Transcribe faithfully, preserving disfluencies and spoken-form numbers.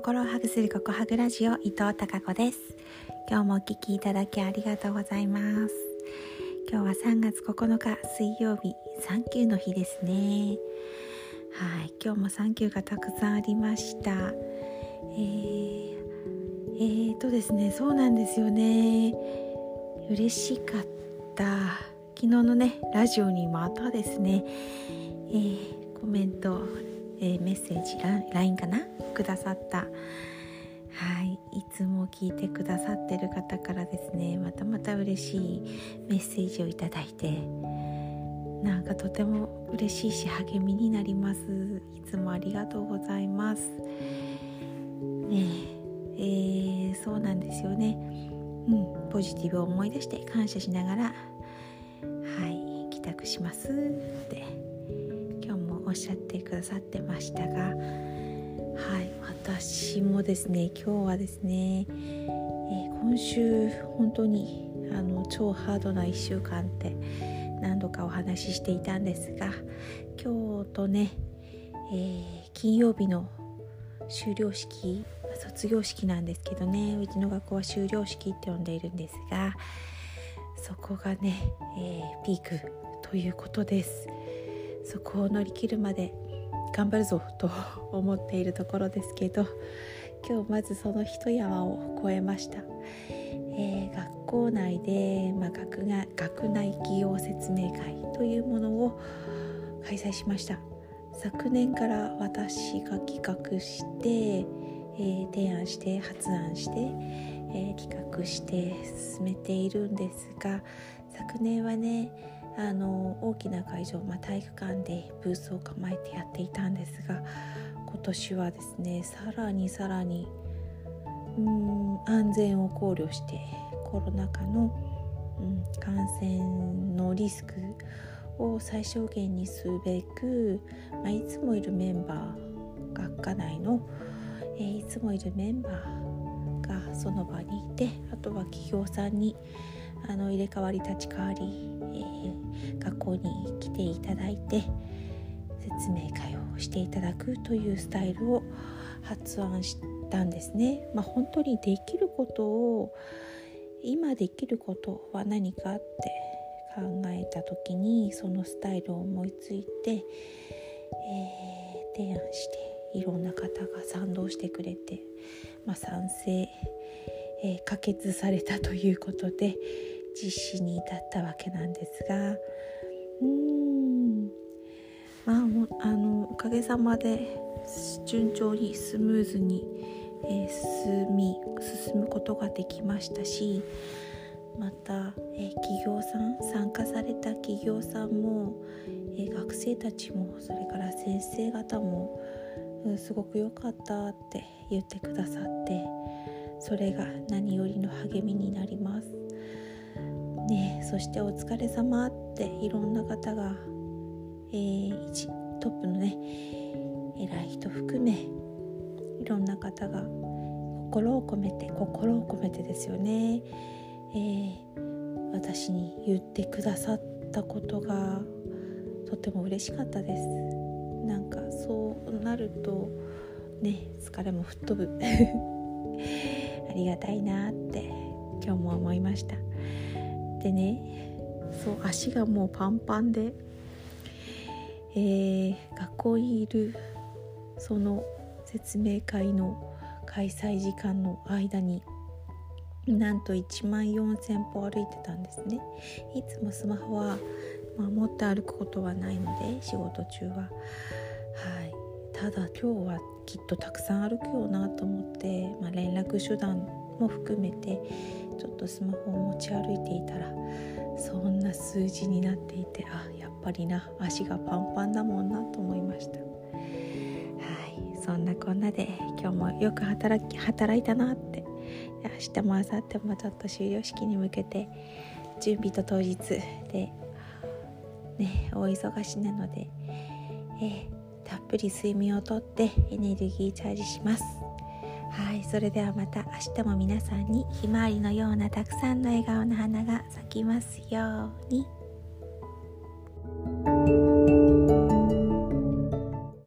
心をハグするココハグラジオ、伊藤孝子です。今日もお聞きいただきありがとうございます。今日はさんがつここのか水曜日、サンキューの日ですね。はい、今日もサンキューがたくさんありました。えー、えーとですねそうなんですよね。嬉しかった。昨日のねラジオにまたですね、えー、コメント、えー、メッセージ ライン かなくださった、はい、いつも聞いてくださってる方からですね、またまた嬉しいメッセージをいただいて、なんかとても嬉しいし励みになります。いつもありがとうございますね。えー、そうなんですよね。うん、ポジティブを思い出して感謝しながら、はい帰宅しますって今日もおっしゃってくださってましたが、はい、私もですね今日はですね、えー、今週本当にあの超ハードないっしゅうかんって何度かお話ししていたんですが、今日とね、えー、金曜日の修了式、卒業式なんですけどね、うちの学校は修了式って呼んでいるんですが、そこがね、えー、ピークということです。そこを乗り切るまで頑張るぞと思っているところですけど、今日まずその一山を越えました。えー、学校内で、まあ、学が学内企業説明会というものを開催しました。昨年から私が企画して、えー、提案して発案して、えー、企画して進めているんですが、昨年はねあの大きな会場、まあ、体育館でブースを構えてやっていたんですが、今年はですねさらにさらにうーん安全を考慮してコロナ禍の、うん、感染のリスクを最小限にすべく、まあ、いつもいるメンバー、学科内の、えー、いつもいるメンバーがその場にいて、あとは企業さんにあの入れ替わり立ち替わり、えー、学校に来ていただいて説明会をしていただくというスタイルを発案したんですね。まあ、本当にできることを今できることは何かって考えた時に、そのスタイルを思いついて、えー、提案していろんな方が賛同してくれて、まあ、賛成、えー、可決されたということで実施に至ったわけなんですが、うーんまあ、あのおかげさまで順調にスムーズに、えー、進み進むことができましたし、また、えー、企業さん参加された企業さんも、えー、学生たちもそれから先生方も、うん、すごく良かったって言ってくださって、それが何よりの励みになりますね。そしてお疲れ様っていろんな方が、えー、一トップのね偉い人含めいろんな方が心を込めて心を込めてですよね、えー、私に言ってくださったことがとても嬉しかったです。なんかそうなるとね疲れも吹っ飛ぶありがたいなって今日も思いました。でね、そう足がもうパンパンで、えー、学校にいるその説明会の開催時間の間になんといちまんよんせんぽ歩いてたんですね。いつもスマホは、まあ、持って歩くことはないので仕事中は、はい、ただ今日はきっとたくさん歩くよなと思って、まあ、連絡手段も含めてちょっとスマホを持ち歩いていたらそんな数字になっていて、あ、やっぱりな足がパンパンだもんなと思いました。はい、そんなこんなで今日もよく働き働いたなって、明日も明後日もちょっと修了式に向けて準備と当日でね大忙しなので、えー、たっぷり睡眠をとってエネルギーチャージします。はい、それではまた明日も皆さんにひまわりのようなたくさんの笑顔の花が咲きますように。